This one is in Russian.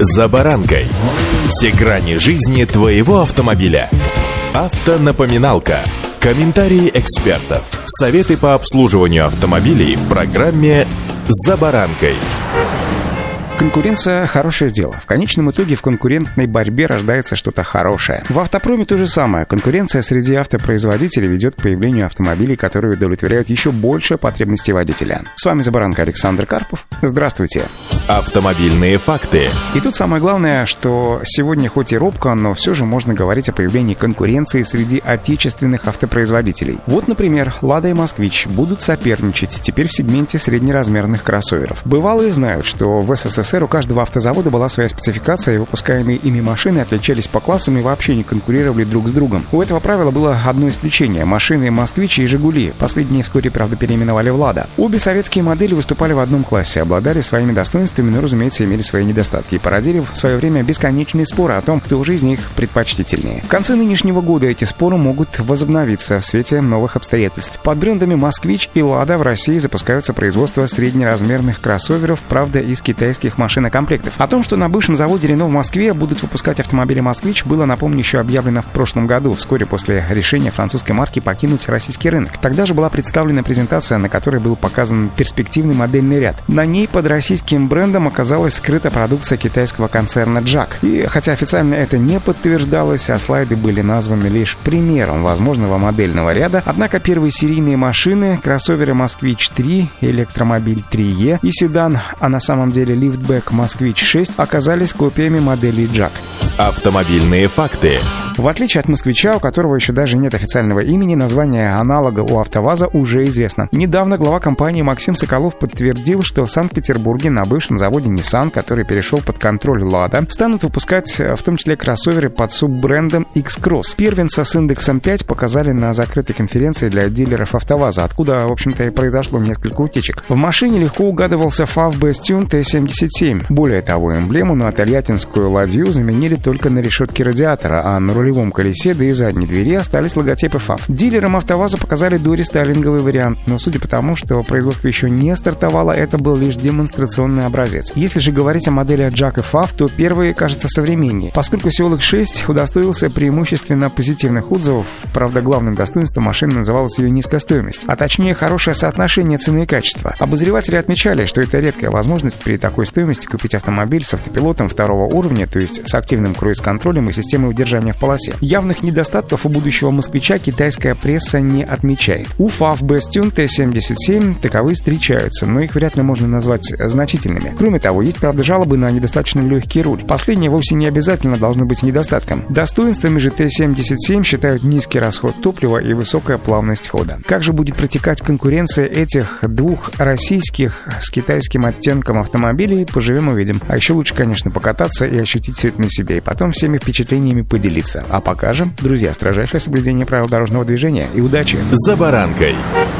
«За баранкой». Все грани жизни твоего автомобиля. Автонапоминалка. Комментарии экспертов. Советы по обслуживанию автомобилей в программе «За баранкой». Конкуренция – хорошее дело. В конечном итоге в конкурентной борьбе рождается что-то хорошее. В автопроме то же самое. Конкуренция среди автопроизводителей ведет к появлению автомобилей, которые удовлетворяют еще больше потребностей водителя. С вами «За баранкой» Александр Карпов. Здравствуйте. Автомобильные факты. И тут самое главное, что сегодня хоть и робко, но все же можно говорить о появлении конкуренции среди отечественных автопроизводителей. Вот, например, «Лада» и «Москвич» будут соперничать теперь в сегменте среднеразмерных кроссоверов. Бывалые знают, что в СССР у каждого автозавода была своя спецификация, и выпускаемые ими машины отличались по классам и вообще не конкурировали друг с другом. У этого правила было одно исключение – машины «Москвич» и «Жигули». Последние вскоре, правда, переименовали в «Лада». Обе советские модели выступали в одном классе, обладали своими достоинствами, но, разумеется, имели свои недостатки и породили в свое время бесконечные споры о том, кто же из них предпочтительнее. В конце нынешнего года эти споры могут возобновиться в свете новых обстоятельств. Под брендами «Москвич» и «Лада» в России запускаются производство среднеразмерных кроссоверов, правда, из китайских машинокомплектов. О том, что на бывшем заводе Renault в Москве будут выпускать автомобили «Москвич», было, напомню, еще объявлено в прошлом году, вскоре после решения французской марки покинуть российский рынок. Тогда же была представлена презентация, на которой был показан перспективный модельный ряд. На ней под российским брендом оказалась скрыта продукция китайского концерна JAC. И хотя официально это не подтверждалось, а слайды были названы лишь примером возможного модельного ряда, однако первые серийные машины, кроссоверы «Москвич 3», электромобиль 3E и седан, а на самом деле лифтбэк «Москвич 6» оказались копиями моделей JAC. Автомобильные факты. В отличие от «Москвича», у которого еще даже нет официального имени, название аналога у «АвтоВАЗа» уже известно. Недавно глава компании Максим Соколов подтвердил, что в Санкт-Петербурге на бывшем заводе Nissan, который перешел под контроль «Лада», станут выпускать в том числе кроссоверы под суббрендом X-Cross. Первенца с индексом 5 показали на закрытой конференции для дилеров «АвтоВАЗа», откуда, в общем-то, и произошло несколько утечек. В машине легко угадывался FAW Bestune T77. Более того, эмблему на тольяттинскую ладью заменили только на решетке радиатора, а на рулевом колесе, да и задней двери остались логотипы FAW. Дилерам «АвтоВАЗа» показали дорестайлинговый вариант, но судя по тому, что производство еще не стартовало, это был лишь демонстрационный образец. Если же говорить о модели от JAC и FAW, то первый кажется современнее, поскольку Сеол X6 удостоился преимущественно позитивных отзывов. Правда, главным достоинством машины называлась ее низкая стоимость, а точнее хорошее соотношение цены и качества. Обозреватели отмечали, что это редкая возможность при такой стоимости купить автомобиль с автопилотом второго уровня, то есть с активным круиз-контролем и системой удержания в полосе. Явных недостатков у будущего «Москвича» китайская пресса не отмечает. У FAW Bestune T77 таковые встречаются, но их вряд ли можно назвать значительными. Кроме того, есть, правда, жалобы на недостаточно легкий руль. Последнее вовсе не обязательно должно быть недостатком. Достоинствами же T77 считают низкий расход топлива и высокая плавность хода. Как же будет протекать конкуренция этих двух российских с китайским оттенком автомобилей, поживем увидим. А еще лучше, конечно, покататься и ощутить все это на себе, и потом всеми впечатлениями поделиться. А пока же, друзья, строжайшее соблюдение правил дорожного движения и удачи! «За баранкой».